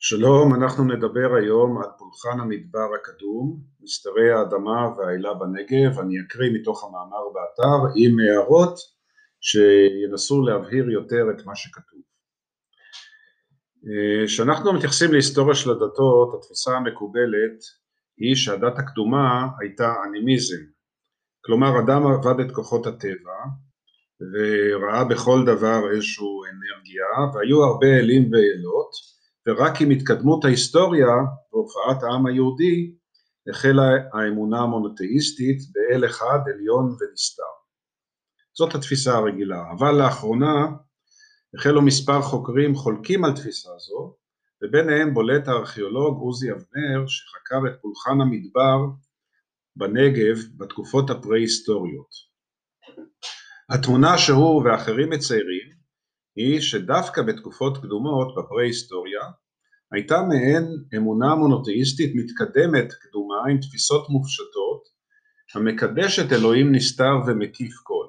שלום, אנחנו נדבר היום על פולחן המדבר הקדום, מסתרי האדמה והעילה בנגב. אני אקריא מתוך המאמר באתר עם הערות שינסו להבהיר יותר את מה שכתוב. כשאנחנו מתייחסים להיסטוריה של הדתות, התפיסה המקובלת היא שהדת הקדומה הייתה אנימיזם, כלומר אדם עבד את כוחות הטבע וראה בכל דבר איזושהי אנרגיה, והיו הרבה אלים ואלות, ורק עם התקדמות ההיסטוריה והופעת העם היהודי החלה האמונה המונותאיסטית באל אחד עליון ונסתר. זאת התפיסה הרגילה, אבל לאחרונה החלו מספר חוקרים חולקים על תפיסה זו, וביניהם בולט הארכיאולוג עוזי אבנר שחקר את פולחן המדבר בנגב בתקופות הפרה-היסטוריות. התמונה שהוא ואחרים מציירים היא שדווקא בתקופות קדומות בפרה-היסטוריה הייתה מעין אמונה מונותאיסטית מתקדמת קדומה עם תפיסות מופשטות המקדשת אלוהים נסתר ומקיף כל.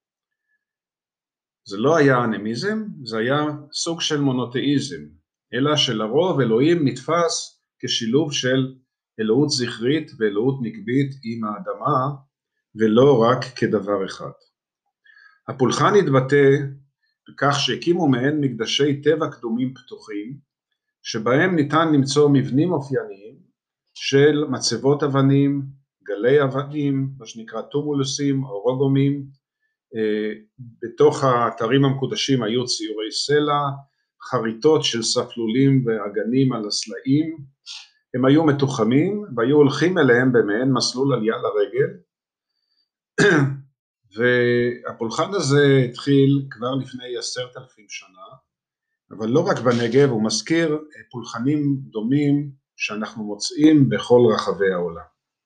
זה לא היה אנימיזם, זה היה סוג של מונותאיזם, אלא שלרוב אלוהים נתפס כשילוב של אלוהות זכרית ואלוהות נקבית עם האדמה ולא רק כדבר אחד. הפולחן התבטא בכך שהקימו מעין מקדשי טבע קדומים פתוחים, שבהם ניתן למצוא מבנים אופייניים של מצבות אבנים, גלי אבנים, מה שנקרא טומולוסים או רוגומים. בתוך האתרים המקודשים היו ציורי סלע, חריטות של ספלולים ואגנים על הסלעים. הם היו מתוחמים והיו הולכים אליהם במעין מסלול עלייה לרגל, והפולחן הזה התחיל כבר לפני 10,000 שנה, אבל לא רק בנגב, הוא מזכיר פולחנים דומים שאנחנו מוצאים בכל רחבי העולם.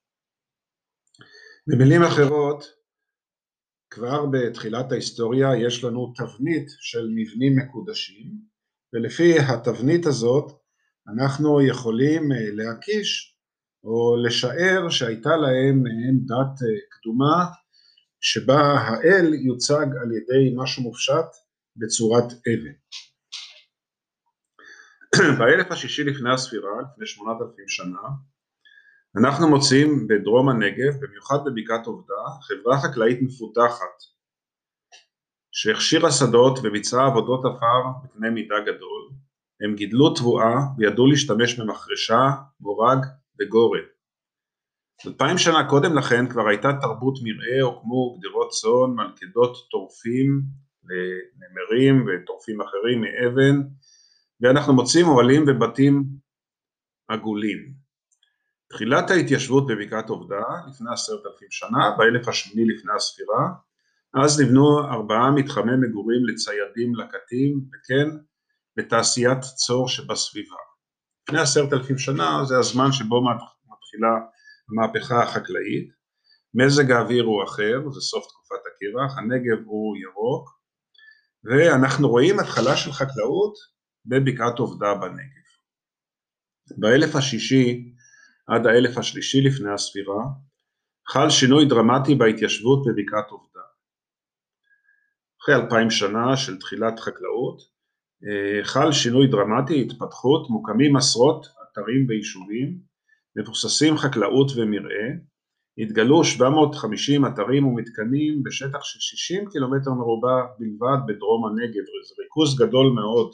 במילים אחרות, כבר בתחילת ההיסטוריה יש לנו תבנית של מבנים מקודשים, ולפי התבנית הזאת אנחנו יכולים להקיש או לשער שהייתה להם מעין דת קדומה, שבה האל יוצג על ידי משהו מופשט בצורת אבן. באלף השישי לפני הספירה, לפני 8,000 שנה, אנחנו מוצאים בדרום הנגב, במיוחד בבקעת עובדה, חברה חקלאית מפותחת, שהכשירה שדות וביצעה עבודות עפר בקנה מידה גדול. הם גידלו תבואה וידעו להשתמש במחרשה, מורג וגורן. 2,000 שנה קודם לכן כבר הייתה תרבות מרעה, הוקמו גדרות צאן, מלכדות טורפים ונמרים וטורפים אחרים מאבן, ואנחנו מוצאים אוהלים ובתים עגולים. תחילת ההתיישבות בבקעת עובדה לפני 10,000 שנה, באלף השמיני לפני הספירה, אז נבנו 4 מתחמי מגורים לציידים לקטים, וכן בתעשיית צור שבסביבה. לפני 10,000 שנה זה הזמן שבו מתחילה המהפכה החקלאית. מזג האוויר הוא אחר, זה סוף תקופת הקרח, הנגב הוא ירוק, ואנחנו רואים התחלה של חקלאות בבקעת עובדה בנגב. באלף השישי עד האלף השלישי לפני הספירה חל שינוי דרמטי בהתיישבות בבקעת עובדה. אחרי 2,000 שנה של תחילת חקלאות חל שינוי דרמטי, התפתחות, מוקמים עשרות אתרים ויישובים, מבוססים חקלאות ומרעה, התגלו 750 אתרים ומתקנים בשטח של 60 קילומטר מרובע בלבד בדרום הנגב, זה ריכוז גדול מאוד.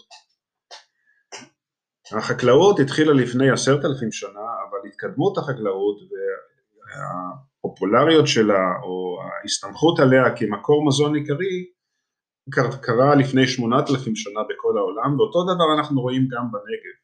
החקלאות התחילה לפני 10,000 שנה, אבל התקדמות החקלאות והפופולריות שלה או ההסתמכות עליה כמקור מזון עיקרי קרה לפני 8,000 שנה בכל העולם, ואותו דבר אנחנו רואים גם בנגב.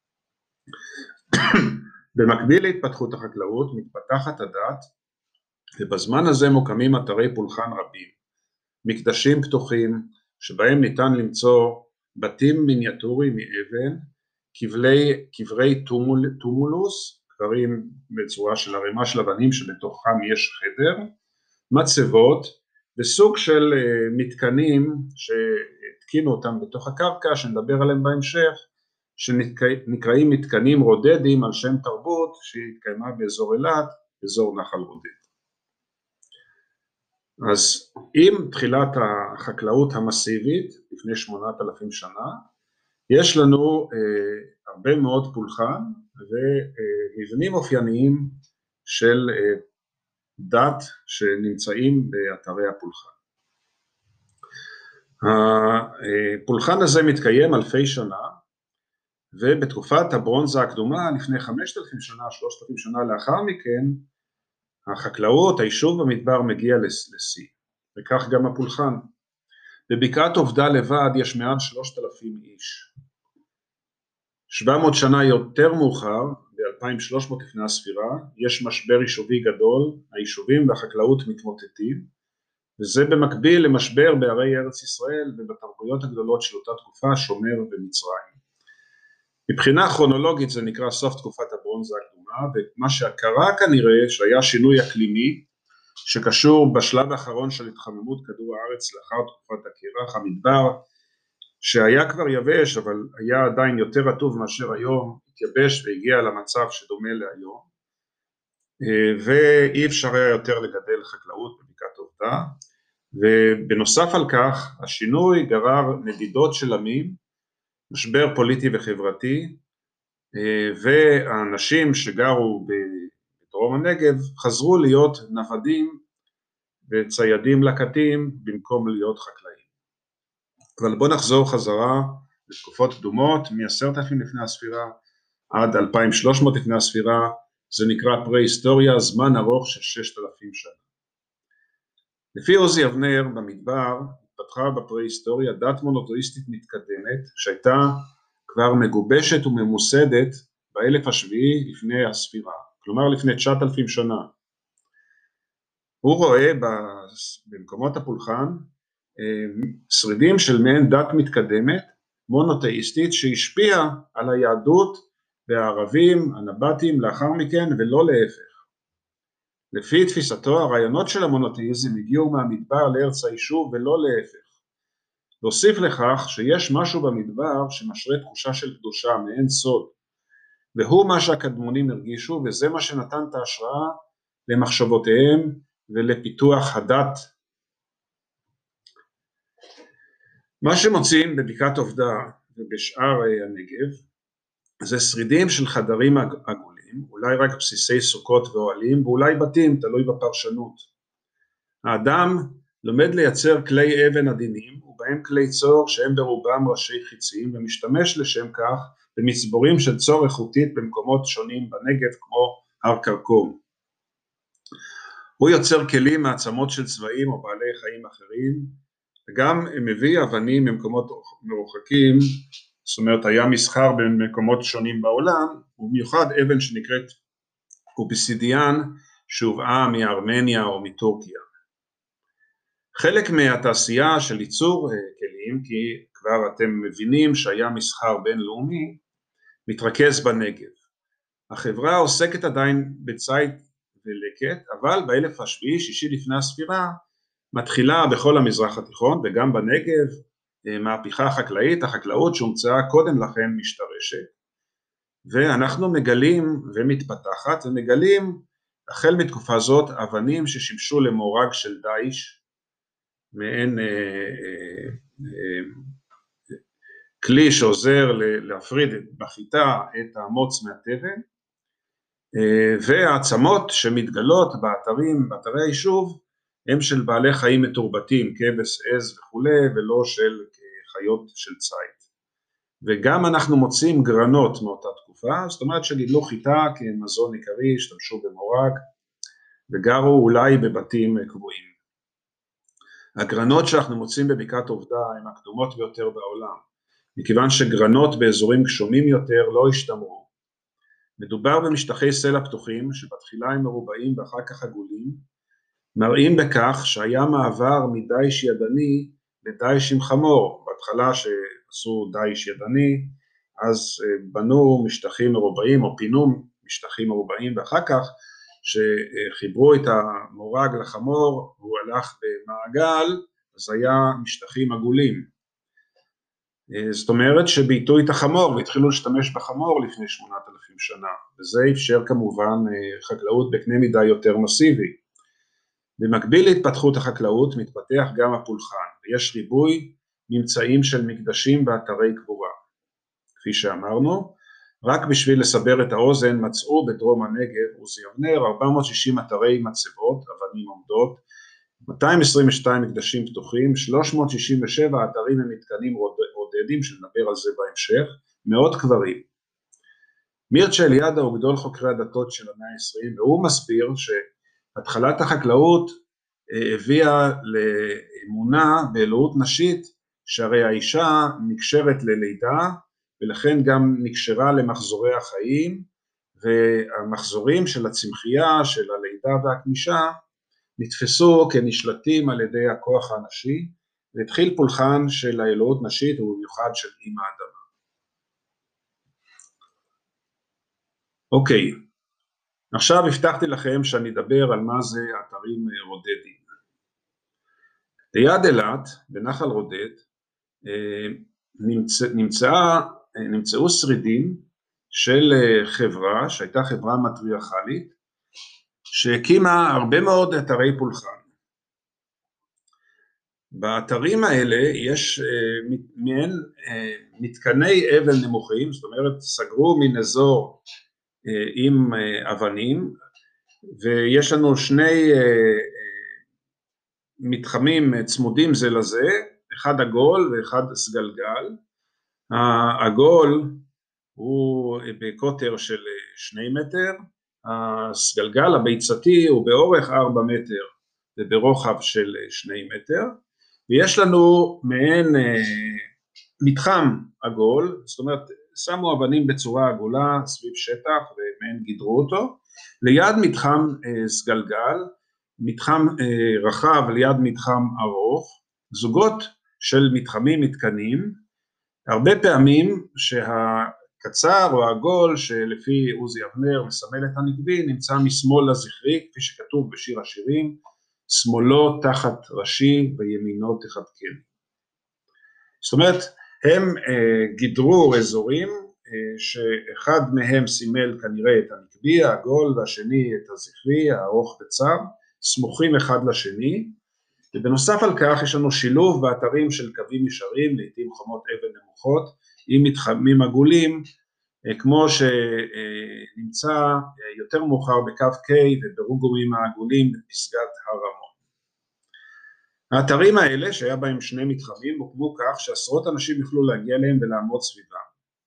במקביל להתפתחות החקלאות מתפתחת הדת, ובזמן הזה מוקמים אתרי פולחן רבים, מקדשים פתוחים שבהם ניתן למצוא בתים מיניאטוריים מאבן, קברי טומולוס, קברים בצורה של ערימה של אבנים שבתוכם יש חדר, מצבות וסוג של מתקנים שהתקינו אותם בתוך הקרקע, שנדבר עליהם בהמשך, שנקראים מתקנים רודדים על שם תרבות שהתקיימה באזור אילת, אזור נחל רודד. אז עם תחילת החקלאות המסיבית לפני 8,000 שנה, יש לנו הרבה מאוד פולחן ומבנים אופייניים של דת שנמצאים באתרי הפולחן. הפולחן הזה מתקיים אלפי שנה, ובתקופת הברונזה הקדומה, לפני 5,000 שנה, 3,000 שנה לאחר מכן, החקלאות, היישוב במדבר מגיע לשיא, וכך גם הפולחן. בבקעת עובדה לבד יש מעל 3,000 איש. 700 שנה יותר מאוחר, ב-2300 לפני הספירה, יש משבר יישובי גדול, היישובים והחקלאות מתמוטטים, וזה במקביל למשבר בערי ארץ ישראל ובתרבויות הגדולות של אותה תקופה, שומר ומצרים. מבחינה כרונולוגית זה נקרא סוף תקופת הברונזה הקדומה, ומה שקרה כנראה שהיה שינוי אקלימי, שקשור בשלב האחרון של התחממות כדור הארץ לאחר תקופת הקרח, המדבר שהיה כבר יבש אבל היה עדיין יותר רטוב מאשר היום, התייבש והגיע למצב שדומה להיום, ואי אפשר היה יותר לגדל חקלאות בבקעת עובדה, ובנוסף על כך השינוי גרר נדידות של עמים, משבר פוליטי וחברתי, והאנשים שגרו בדרום הנגב חזרו להיות נוודים וציידים לקטים במקום להיות חקלאים. אבל בוא נחזור חזרה לתקופות קדומות, מ-10,000 לפני הספירה עד 2,300 לפני הספירה, זה נקרא פרה-היסטוריה, זמן ארוך של 6,000 שנה. לפי עוזי אבנר במדבר התפתחה בפרה-היסטוריה דת מונותאיסטית מתקדמת שהייתה כבר מגובשת וממוסדת באלף השביעי לפני הספירה, כלומר לפני 9,000 שנה. הוא רואה במקומות הפולחן שרידים של מעין דת מתקדמת מונותאיסטית שהשפיעה על היהדות והערבים הנבטים לאחר מכן ולא להפך. לפי תפיסתו הרעיונות של המונותאיזם הגיעו מהמדבר לארץ היישוב ולא להפך. להוסיף לכך שיש משהו במדבר שמשרה תחושה של קדושה מעין סוד, והוא מה שהקדמונים הרגישו, וזה מה שנתן את ההשראה למחשבותיהם ולפיתוח הדת. מה שמוצאים בבקעת עובדה ובשאר הנגב זה שרידים של חדרים עגולים, אולי רק בסיסי סוכות ואוהלים ואולי בתים, תלוי בפרשנות. האדם לומד לייצר כלי אבן עדינים ובהם כלי צור שהם ברובם ראשי חיצים, ומשתמש לשם כך במצבורים של צור איכותית במקומות שונים בנגב כמו הר כרכום. הוא יוצר כלים מעצמות של צבעים או בעלי חיים אחרים, וגם מביא אבנים ממקומות מרוחקים, זאת אומרת היה מסחר במקומות שונים בעולם, ובמיוחד אבן שנקראת אוביסידיאן שהובאה מארמניה או מטורקיה. חלק מהתעשייה של ייצור כלים, כי כבר אתם מבינים שהיה מסחר בינלאומי, מתרכז בנגב. החברה עוסקת עדיין בציד ולקט, אבל באלף השביעי, שישי לפני הספירה, מתחילה בכל המזרח התיכון וגם בנגב מהפכה חקלאית, החקלאות שהומצאה קודם לכן משתרשת, ואנחנו מגלים ומתפתחת ומגלים החל מתקופה זאת אבנים ששימשו למורג של דייש, מעין כלי שעוזר להפריד בחיטה את המוץ מהתבן, והעצמות שמתגלות באתרי היישוב הם של בעלי חיים מתורבתים, כבש, עז וכו', ולא של חיות של ציד. וגם אנחנו מוצאים גרנות מאותה תקופה, זאת אומרת שגידלו חיטה כמזון עיקרי, השתמשו במורג, וגרו אולי בבתים קבועים. הגרנות שאנחנו מוצאים בבקעת עובדה הן הקדומות ביותר בעולם, מכיוון שגרנות באזורים גשומים יותר לא השתמרו. מדובר במשטחי סלע פתוחים שבתחילה הם מרובעים ואחר כך עגולים, מראים בכך שהיה מעבר מדייש ידני לדייש עם חמור. בהתחלה שעשו דייש ידני, אז בנו משטחים מרובעים או פינו משטחים מרובעים, ואחר כך שחיברו את המורג לחמור והוא הלך במעגל, אז היה משטחים עגולים. זאת אומרת שבעיתו את החמור והתחילו להשתמש בחמור לפני 8,000 שנה, וזה אפשר כמובן חקלאות בקנה מידה יותר מסיבי. במקביל להתפתחות החקלאות מתפתח גם הפולחן, ויש ריבוי ממצאים של מקדשים באתרי קבורה. כפי שאמרנו, רק בשביל לסבר את האוזן, מצאו בדרום הנגב, עוזי אבנר, 460 אתרי מצבות, אבנים עומדות, 222 מקדשים פתוחים, 367 אתרים ומתקנים רודדים, שנדבר על זה בהמשך, מאות קברים. מירצ'ה אליעדה הוא גדול חוקרי הדתות של המאה ה-20, והוא מסביר שהתחלת החקלאות הביאה לאמונה באלוהות נשית, שהרי האישה נקשרת ללידה, ולכן גם נקשרה למחזורי החיים, והמחזורים של הצמחייה, של הלידה והכנישה, נתפסו כנשלטים על ידי הכוח הנשי, והתחיל פולחן של האלוהות נשית, ובמיוחד של אמא האדמה. אוקיי, עכשיו הבטחתי לכם שאני אדבר על מה זה אתרים רודדים. ליד אילת, בנחל רודד, נמצאו שרידים של חברה, שהייתה חברה מטריארכלית, שהקימה הרבה מאוד אתרי פולחן. באתרים האלה יש מעין מתקני אבל נמוכים, זאת אומרת סגרו מן אזור עם אבנים, ויש לנו שני מתחמים צמודים זה לזה, אחד עגול ואחד סגלגל. העגול הוא בקוטר של 2 מטר, הסגלגל הביצתי הוא באורך 4 מטר וברוחב של 2 מטר, ויש לנו מעין מתחם עגול, זאת אומרת שמו אבנים בצורה עגולה סביב שטח ומעין גידרו אותו, ליד מתחם סגלגל, מתחם רחב ליד מתחם ארוך, זוגות של מתחמים מתקנים, הרבה פעמים שהקצר או העגול שלפי עוזי אבנר מסמל את הנקבי נמצא משמאל לזכרי, כפי שכתוב בשיר השירים, שמאלו תחת ראשי וימינו תחבקני. זאת אומרת, הם גידרו אזורים שאחד מהם סימל כנראה את הנקבי, העגול, והשני את הזכרי, הארוך וצר, סמוכים אחד לשני, ובנוסף על כך יש לנו שילוב באתרים של קווים ישרים, לעתים חומות אבן נמוכות, עם מתחמים עגולים, כמו שנמצא יותר מאוחר בקו K וברוגומים העגולים בפסגת הר רמון. האתרים האלה, שהיה בהם 2 מתחמים, הוקמו כך שעשרות אנשים יוכלו להגיע אליהם ולעמוד סביבם.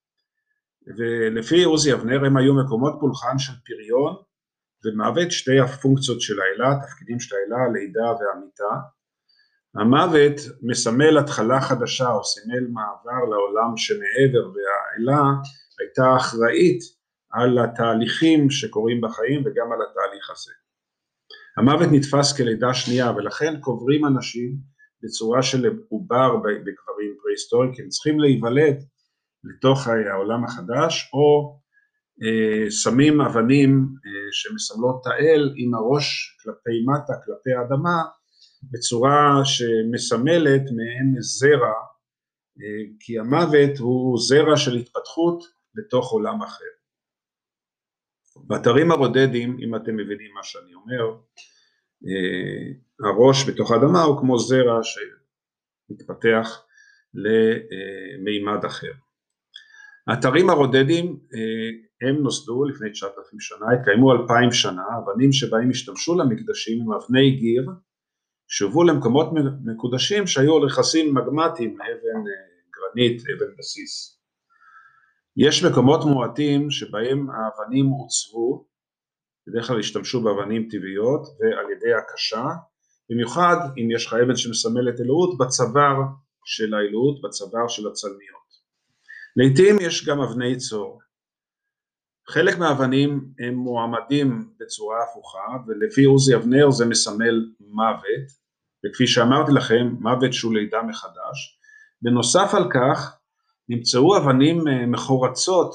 ולפי עוזי אבנר הם היו מקומות פולחן של פריון ומוות, שתי הפונקציות של האלה, תפקידים של האלה, לידה והמיתה. המוות מסמל התחלה חדשה או סימל מעבר לעולם שמעבר, והאלה הייתה אחראית על התהליכים שקורים בחיים וגם על התהליך הזה. המוות נתפס כלידה שנייה, ולכן קוברים אנשים בצורה של עובר בקברים פרה-היסטוריים, כי הם צריכים להיוולד לתוך העולם החדש, או שמים אבנים שמסמלות את האל עם הראש כלפי מטה, כלפי האדמה, בצורה שמסמלת מעין זרע, כי המוות הוא זרע של התפתחות לתוך עולם אחר. באתרים הרודדים, אם אתם מבינים מה שאני אומר, הראש בתוך האדמה הוא כמו זרע שמתפתח למימד אחר. האתרים הרודדים הם נוסדו לפני 9,000 שנה, התקיימו 2,000 שנה, אבנים שבהם השתמשו למקדשים עם אבני גיר, שהובאו למקומות מקודשים שהיו רכסים מגמטיים, אבן גרנית, אבן בסיס. יש מקומות מועטים שבהם האבנים עוצבו, בדרך כלל השתמשו באבנים טבעיות ועל ידי הקשה, במיוחד אם יש לך אבן שמסמלת אלוהות בצוואר של האלוהות, בצוואר של הצלמיות. לעתים יש גם אבני צור. חלק מהאבנים הם מועמדים בצורה הפוכה, ולפי עוזי אבנר זה מסמל מוות, וכפי שאמרתי לכם, מוות שהוא לידה מחדש. בנוסף על כך, נמצאו אבנים מחורצות,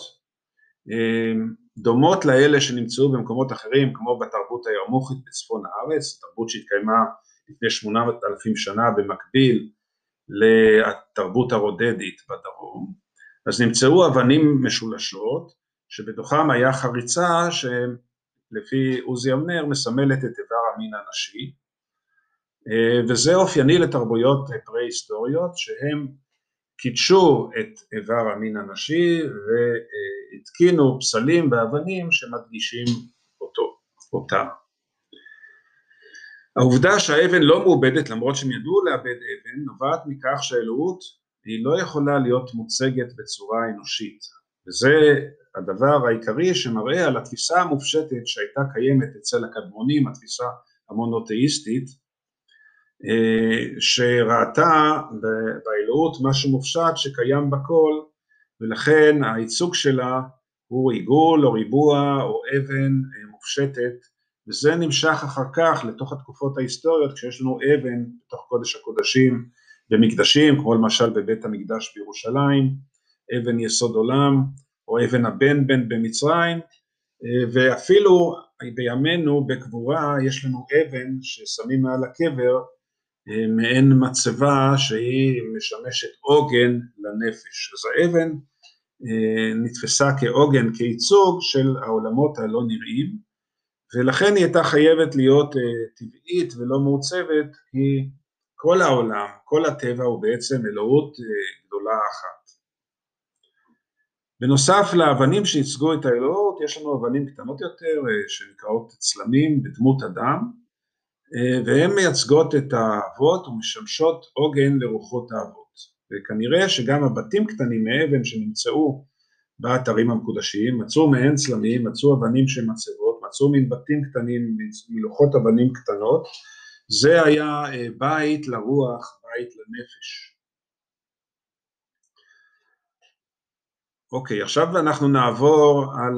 דומות לאלה שנמצאו במקומות אחרים, כמו בתרבות הירמוכית בצפון הארץ, תרבות שהתקיימה לפני 8,000 שנה במקביל לתרבות הרודדית בדרום. אז נמצאו אבנים משולשות, שבתוכם היה חריצה שלפי עוזי אבנר מסמלת את איבר המין הנשי, וזה אופייני לתרבויות פרה-היסטוריות, שהם קידשו את איבר המין הנשי והתקינו פסלים ואבנים שמדגישים אותה. העובדה שהאבן לא מעובדת, למרות שהם ידעו לאבד אבן, נובעת מכך שהאלוהות היא לא יכולה להיות מוצגת בצורה אנושית, וזה הדבר העיקרי שמראה על התפיסה המופשטת שהייתה קיימת אצל הקדמונים, התפיסה המונותאיסטית, שראתה באלוהות משהו מופשט שקיים בכל, ולכן הייצוג שלה הוא עיגול או ריבוע או אבן מופשטת, וזה נמשך אחר כך לתוך התקופות ההיסטוריות, כשיש לנו אבן בתוך קודש הקודשים במקדשים, כמו למשל בבית המקדש בירושלים, אבן יסוד עולם, או אבן הבן בן במצרים, ואפילו בימינו בקבורה יש לנו אבן ששמים מעל הקבר, מעין מצבה שהיא משמשת עוגן לנפש. אז האבן נתפסה כעוגן, כייצוג של העולמות הלא נראים, ולכן היא הייתה חייבת להיות טבעית ולא מעוצבת, כי כל העולם, כל הטבע הוא בעצם אלוהות גדולה אחת. בנוסף לאבנים שייצגו את האלוהות, יש לנו אבנים קטנות יותר שנקראות צלמים בדמות אדם, והן מייצגות את האבות ומשמשות עוגן לרוחות האבות. וכנראה שגם הבתים קטנים מאבן שנמצאו באתרים המקודשים, מצאו מעין צלמים, מצאו אבנים של מצבות, מצאו מן בתים קטנים, מלוחות אבנים קטנות, זה היה בית לרוח, בית לנפש. אוקיי, עכשיו אנחנו נעבור על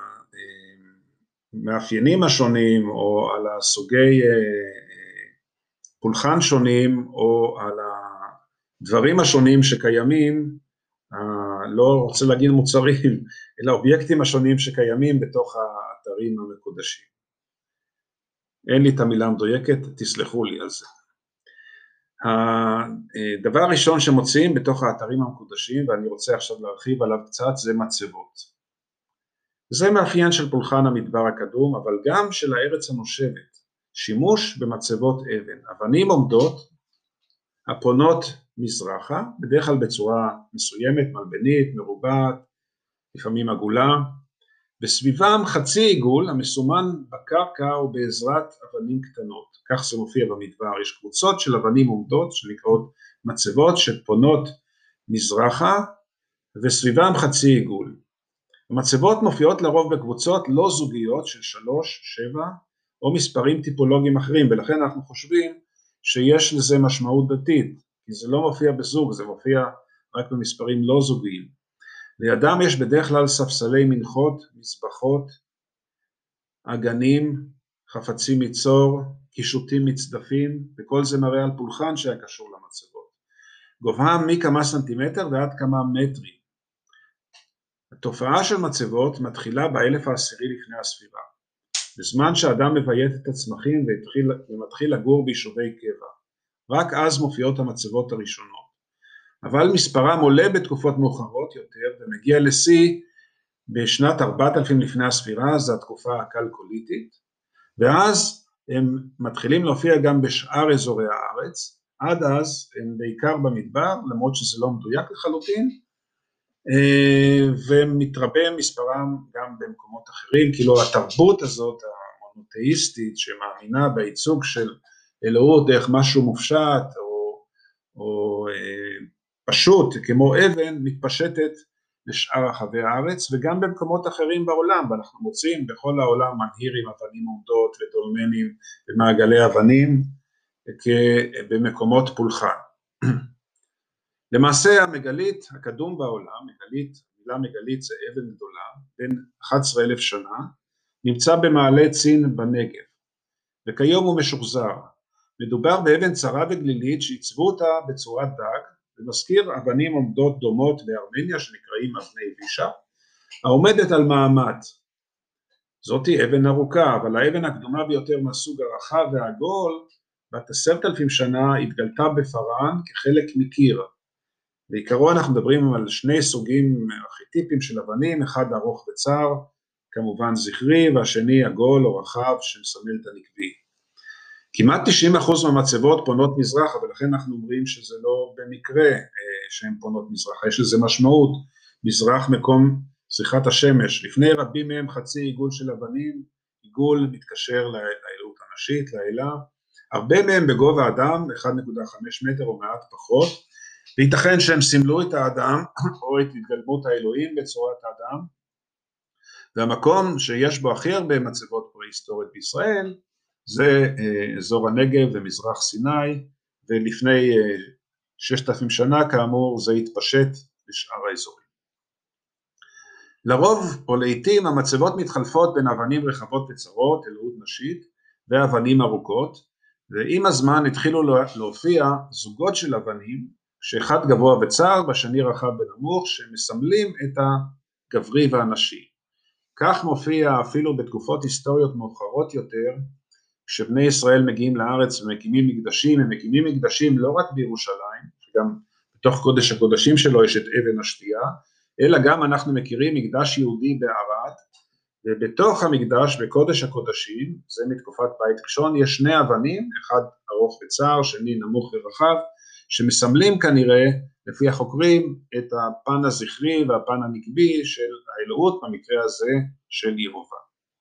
המאפיינים השונים, או על הסוגי פולחן שונים, או על הדברים השונים שקיימים, לא רוצה להגיד מוצרים, אלא אובייקטים השונים שקיימים בתוך האתרים המקודשים. אין לי את המילה המדויקת, תסלחו לי על זה. הדבר הראשון שמוצאים בתוך האתרים המקודשים, ואני רוצה עכשיו להרחיב עליו קצת, זה מצבות. זה מאפיין של פולחן המדבר הקדום, אבל גם של הארץ הנושבת, שימוש במצבות אבן. אבנים עומדות, הפונות מזרחה, בדרך כלל בצורה מסוימת, מלבנית, מרובעת, לפעמים עגולה, בסביבם חצי עיגול המסומן בקרקע ובעזרת אבנים קטנות. כך זה מופיע במדבר, יש קבוצות של אבנים עומדות שנקראות מצבות שפונות מזרחה, וסביבם חצי עיגול. המצבות מופיעות לרוב בקבוצות לא זוגיות של 3, 7 או מספרים טיפולוגיים אחרים, ולכן אנחנו חושבים שיש לזה משמעות דתית, כי זה לא מופיע בזוג, זה מופיע רק במספרים לא זוגיים. לידם יש בדרך כלל ספסלי מנחות, מזבחות, אגנים, חפצים מצור, קישוטים מצדפים, וכל זה מראה על פולחן שהיה קשור למצבות. גובהם מכמה סנטימטר ועד כמה מטרים. התופעה של מצבות מתחילה באלף העשירי לפני הספירה, בזמן שאדם מביית את הצמחים ומתחיל לגור ביישובי קבע. רק אז מופיעות המצבות הראשונות. אבל מספרם עולה בתקופות מאוחרות יותר, ומגיע לשיא בשנת 4000 לפני הספירה, זו התקופה הקלקוליתית, ואז הם מתחילים להופיע גם בשאר אזורי הארץ, עד אז הם בעיקר במדבר, למרות שזה לא מדויק לחלוטין, ומתרבה מספרם גם במקומות אחרים, כאילו התרבות הזאת המונותאיסטית, שמאמינה בייצוג של אלוהות דרך משהו מופשט, או פשוט כמו אבן, מתפשטת לשאר רחבי הארץ, וגם במקומות אחרים בעולם, ואנחנו מוצאים בכל העולם מנהירים, אבנים עומדות ודולמנים ומעגלי אבנים, במקומות פולחן. למעשה המגלית הקדום בעולם, המילה מגלית זה אבן גדולה, בין 11,000 שנה, נמצא במעלה צין בנגב, וכיום הוא משוחזר. מדובר באבן צרה וגלילית שעיצבו אותה בצורת דג, ומזכיר אבנים עומדות דומות בארמניה שנקראים אבני וישה, העומדת על מעמד. זאתי אבן ארוכה, אבל האבן הקדומה ביותר מהסוג הרחב והעגול, בת 10,000 שנה, התגלתה בפראן כחלק מקיר. בעיקרון אנחנו מדברים על שני סוגים ארכיטיפיים של אבנים, אחד ארוך וצר, כמובן זכרי, והשני עגול או רחב שמסמל את הנקבי. כמעט 90% מהמצבות פונות מזרחה, ולכן אנחנו אומרים שזה לא במקרה שהן פונות מזרחה, יש לזה משמעות. מזרח מקום שיחת השמש, לפני רבים מהם חצי עיגול של אבנים, עיגול מתקשר לאלוהות הנשית, לאלה, הרבה מהם בגובה אדם, 1.5 מטר או מעט פחות, וייתכן שהם סימלו את האדם, או את התגלמות האלוהים בצורת האדם, והמקום שיש בו הכי הרבה מצבות פרה-היסטוריות בישראל, זה אזור הנגב ומזרח סיני, ולפני 6,000 שנה כאמור זה התפשט לשאר האזורים. לרוב או לעתים המצבות מתחלפות בין אבנים רחבות וצרות, אלוהות נשית, ואבנים ארוכות, ועם הזמן התחילו להופיע זוגות של אבנים, שאחד גבוה וצר, בשני רחב ונמוך, שמסמלים את הגברי והנשי. כך מופיע אפילו בתקופות היסטוריות מאוחרות יותר, כשבני ישראל מגיעים לארץ ומקימים מקדשים, הם מקימים מקדשים לא רק בירושלים, שגם בתוך קודש הקודשים שלו יש את אבן השתייה, אלא גם אנחנו מכירים מקדש יהודי בערד, ובתוך המקדש בקודש הקודשים, זה מתקופת בית ראשון, יש שני אבנים, אחד ארוך וצר, שני נמוך ורחב, שמסמלים כנראה, לפי החוקרים, את הפן הזכרי והפן הנקבי של האלוהות, במקרה הזה של יהובה.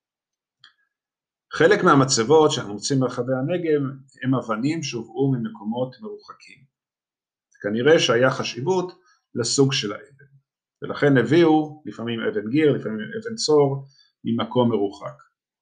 חלק מהמצבות שאנחנו מוצאים ברחבי הנגב, הם אבנים שהובאו ממקומות מרוחקים. כנראה שהיה חשיבות לסוג של האבן, ולכן הביאו לפעמים אבן גיר, לפעמים אבן צור, ממקום מרוחק.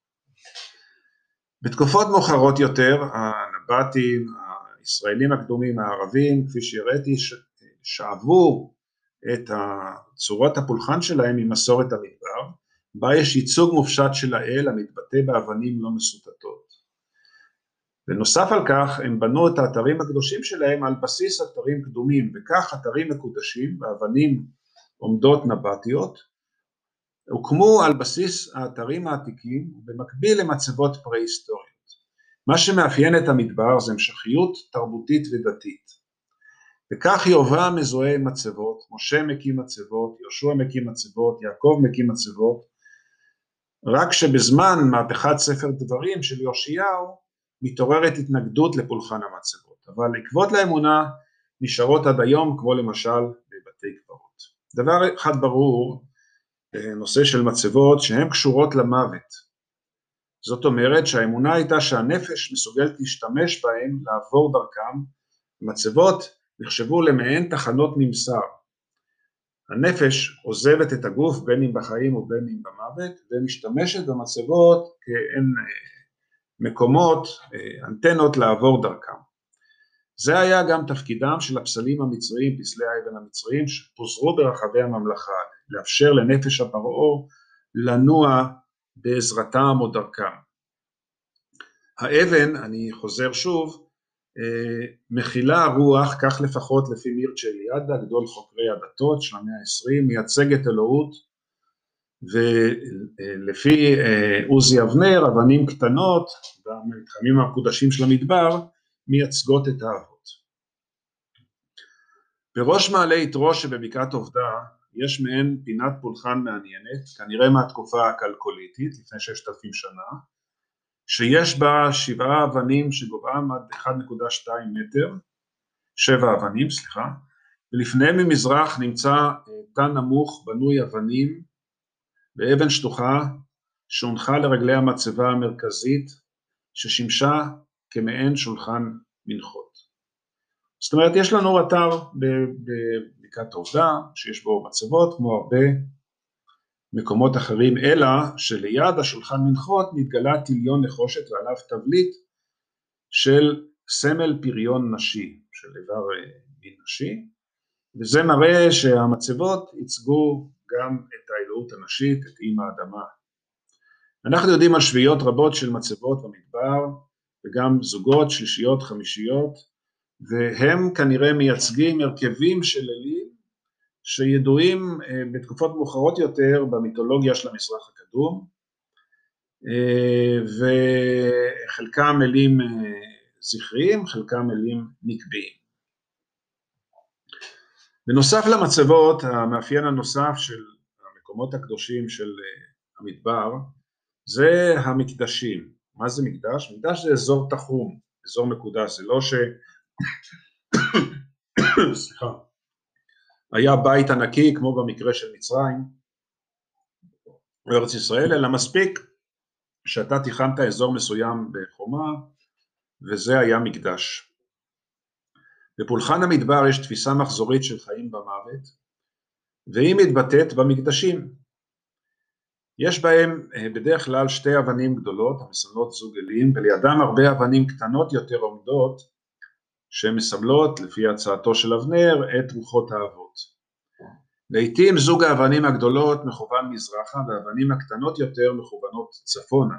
בתקופות מאוחרות יותר, הנבטים, הישראלים הקדומים, הערבים, כפי שהראיתי, שאבו את צורות הפולחן שלהם ממסורת המדבר, בה יש ייצוג מופשט של האל המתבטא באבנים לא מסוטטות. ונוסף על כך, הם בנו את האתרים הקדושים שלהם על בסיס אתרים קדומים, וכך אתרים מקודשים באבנים עומדות נבטיות, הוקמו על בסיס האתרים העתיקים, במקביל למצבות פרה-היסטוריות. מה שמאפיין את המדבר זה המשכיות תרבותית ודתית. וכך יהובה מזוהה עם מצבות, משה מקים מצבות, יהושע מקים מצבות, יעקב מקים מצבות, רק שבזמן מהפכת ספר דברים של יאשיהו, מתעוררת התנגדות לפולחן המצבות, אבל עקבות לאמונה נשארות עד היום, כמו למשל בבתי קברות. דבר אחד ברור, נושא של מצבות, שהן קשורות למוות. זאת אומרת שהאמונה הייתה שהנפש מסוגלת להשתמש בהן, לעבור דרכם, מצבות נחשבו למעין תחנות ממסר. הנפש עוזבת את הגוף בין אם בחיים או בין אם במוות, ומשתמשת במצבות כאין מקומות, אנטנות לעבור דרכם. זה היה גם תפקידם של הפסלים המצריים, פסלי האבן המצריים, שפוזרו ברחבי הממלכה, לאפשר לנפש הפרעה לנוע בעזרתם או דרכם. האבן, אני חוזר שוב, מכילה רוח, כך לפחות לפי מירצ'ה אליעדה, גדול חוקרי הדתות של המאה ה-20, מייצגת אלוהות, ולפי עוזי אבנר, אבנים קטנות, והמתחמים המקודשים של המדבר, מייצגות את האבות. בראש מעלה יתרו שבבקעת עובדה, יש מעין פינת פולחן מעניינת, כנראה מהתקופה הכלקוליתית, לפני 6,000 שנה, שיש בה 7 אבנים שגובהם עד 1.2 מטר, 7 אבנים, סליחה, ולפניהם ממזרח נמצא תן נמוך בנוי אבנים, באבן שטוחה שהונחה לרגלי המצבה המרכזית, ששימשה כמעין שולחן מנחות. זאת אומרת, יש לנו אתר בבקעת עובדה, שיש בו מצבות כמו הרבה מקומות אחרים, אלא שליד השולחן מנחות נתגלה טיליון נחושת ועליו תבליט של סמל פריון נשי, של איבר מין נשי, וזה מראה שהמצבות ייצגו גם את האלוהות הנשית, את אמא האדמה. אנחנו יודעים על שביעיות רבות של מצבות במדבר, וגם זוגות, שלישיות, חמישיות, והם כנראה מייצגים הרכבים של אלים, שידועים בתקופות מאוחרות יותר במיתולוגיה של המזרח הקדום, וחלקם אלים זכריים, חלקם אלים נקביים. בנוסף למצבות, המאפיין הנוסף של המקומות הקדושים של המדבר, זה המקדשים. מה זה מקדש? מקדש זה אזור תחום, אזור מקודש, זה לא סליחה. היה בית ענקי כמו במקרה של מצרים, בארץ ישראל, אלא מספיק שאתה תיחמת אזור מסוים בחומה, וזה היה מקדש. בפולחן המדבר יש תפיסה מחזורית של חיים במוות, והיא מתבטאת במקדשים. יש בהם בדרך כלל שתי אבנים גדולות המסמלות זוג אלים, ולידם הרבה אבנים קטנות יותר עומדות, שמסמלות לפי הצעתו של אבנר את רוחות האבות. לעתים זוג האבנים הגדולות מכוון מזרחה, והאבנים הקטנות יותר מכוונות צפונה.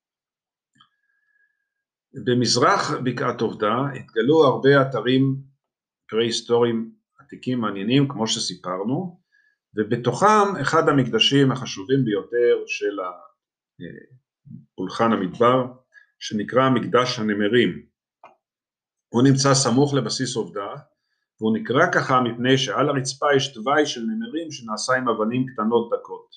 במזרח בקעת עובדה התגלו הרבה אתרים פרה-היסטוריים עתיקים מעניינים כמו שסיפרנו, ובתוכם אחד המקדשים החשובים ביותר של פולחן המדבר, שנקרא מקדש הנמרים. הוא נמצא סמוך לבסיס עובדה, והוא נקרא ככה מפני שעל הרצפה יש תוואי של נמרים שנעשה עם אבנים קטנות דקות.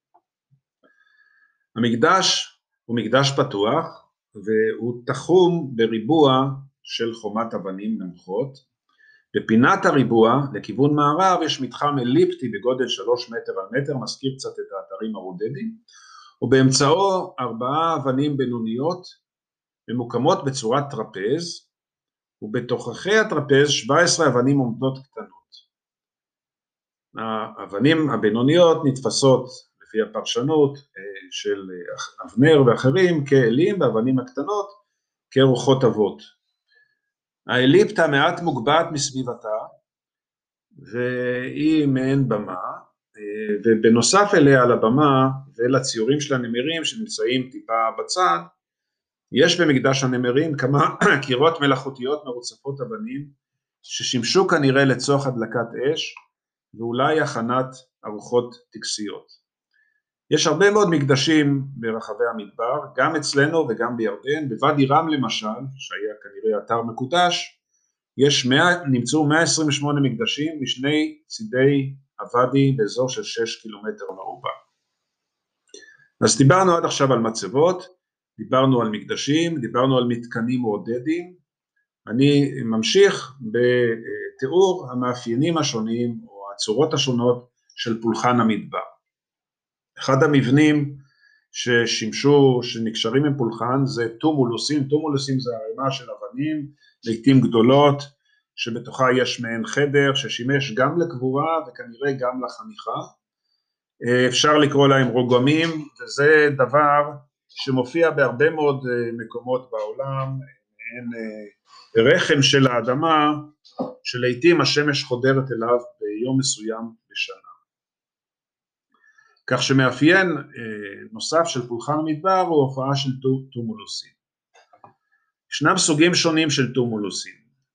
המקדש הוא מקדש פתוח, והוא תחום בריבוע של חומת אבנים נמוכות. בפינת הריבוע לכיוון מערב יש מתחם אליפטי בגודל 3 מטר על מטר, מזכיר קצת את האתרים הרודדים, ובאמצעו 4 אבנים בינוניות ממוקמות בצורת טרפז, ובתוככי הטרפז 17 אבנים עומדות קטנות. האבנים הבינוניות נתפסות לפי הפרשנות של אבנר ואחרים כאלים, והאבנים הקטנות כרוחות אבות. האליפטה מעט מוגבעת מסביבתה, והיא מעין במה, ובנוסף אליה על הבמה ולציורים של הנמרים שנמצאים טיפה בצד, יש במקדש הנמרים כמה קירות מלאכותיות מרוצפות אבנים, ששימשו כנראה לצורך הדלקת אש, ואולי הכנת ארוחות טקסיות. יש הרבה מאוד מקדשים ברחבי המדבר, גם אצלנו וגם בירדן. בוואדי רם למשל, שהיה כנראה אתר מקודש, נמצאו 128 מקדשים משני צידי הוואדי באזור של 6 קילומטר מרובע. אז דיברנו עד עכשיו על מצבות, דיברנו על מקדשים, דיברנו על מתקנים מעודדים. אני ממשיך בתיאור המאפיינים השונים או הצורות השונות של פולחן המדבר. אחד המבנים שנקשרים עם פולחן זה טומולוסים. טומולוסים זה ערימה של אבנים, לעתים גדולות, שבתוכה יש מעין חדר ששימש גם לקבורה וכנראה גם לחניכה. אפשר לקרוא להם רוגמים, וזה דבר שמופיע בהרבה מאוד מקומות בעולם, מעין רחם של האדמה, שלעתים השמש חודרת אליו ביום מסוים בשנה. כך שמאפיין נוסף של פולחן המדבר הוא הופעה של טומולוסים. ישנם סוגים שונים של טומולוסים.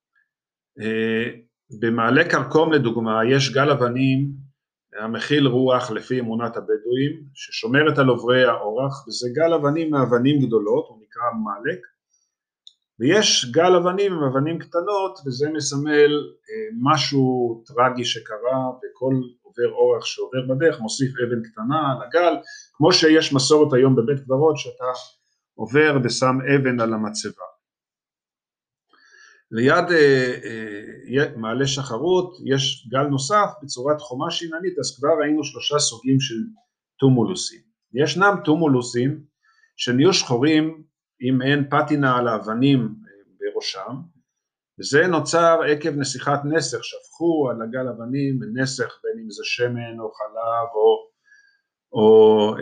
במעלה כרכום לדוגמה יש גל אבנים המכיל רוח לפי אמונת הבדואים, ששומרת על עוברי האורח, וזה גל אבנים מאבנים גדולות, הוא נקרא מעלק, ויש גל אבנים עם אבנים קטנות, וזה מסמל משהו טרגי שקרה, וכל עובר אורח שעובר בדרך מוסיף אבן קטנה על הגל, כמו שיש מסורת היום בבית קברות שאתה עובר ושם אבן על המצבה. ליד מעלה שחרות יש גל נוסף בצורת חומה שיננית, אז כבר ראינו 3 סוגים של טומולוסים. ישנם טומולוסים שנהיו שחורים עם אין פטינה על האבנים בראשם, וזה נוצר עקב נסיכת נסך, שפכו על הגל אבנים נסך, בין אם זה שמן או חלב או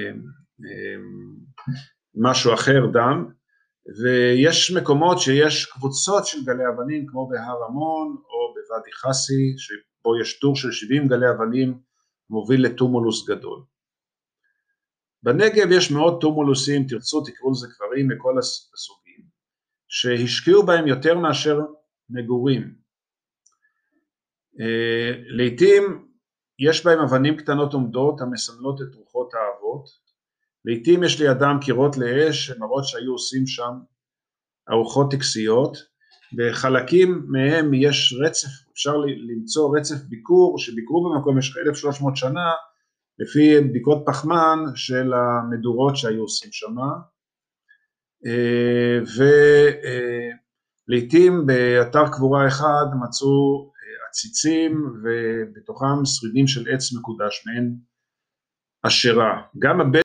משהו אחר, דם, ויש מקומות שיש קבוצות של גלי אבנים כמו בהר המון או בוואדי חסי, שבו יש טור של 70 גלי אבנים מוביל לטומולוס גדול. בנגב יש מאות טומולוסים, תרצו תקראו לזה קברים מכל הסוגים, שהשקיעו בהם יותר מאשר מגורים. לעתים יש בהם אבנים קטנות עומדות המסמלות את רוחות האבות, לעתים יש לידם קירות לאש שמראות שהיו עושים שם ארוחות טקסיות, בחלקים מהם יש רצף, אפשר למצוא רצף ביקור, שביקרו במקום במשך 1300 שנה, לפי בדיקות פחמן של המדורות שהיו עושים שם, ולעתים באתר קבורה אחד מצאו עציצים, ובתוכם שרידים של עץ מקודש, מעין אשרה. גם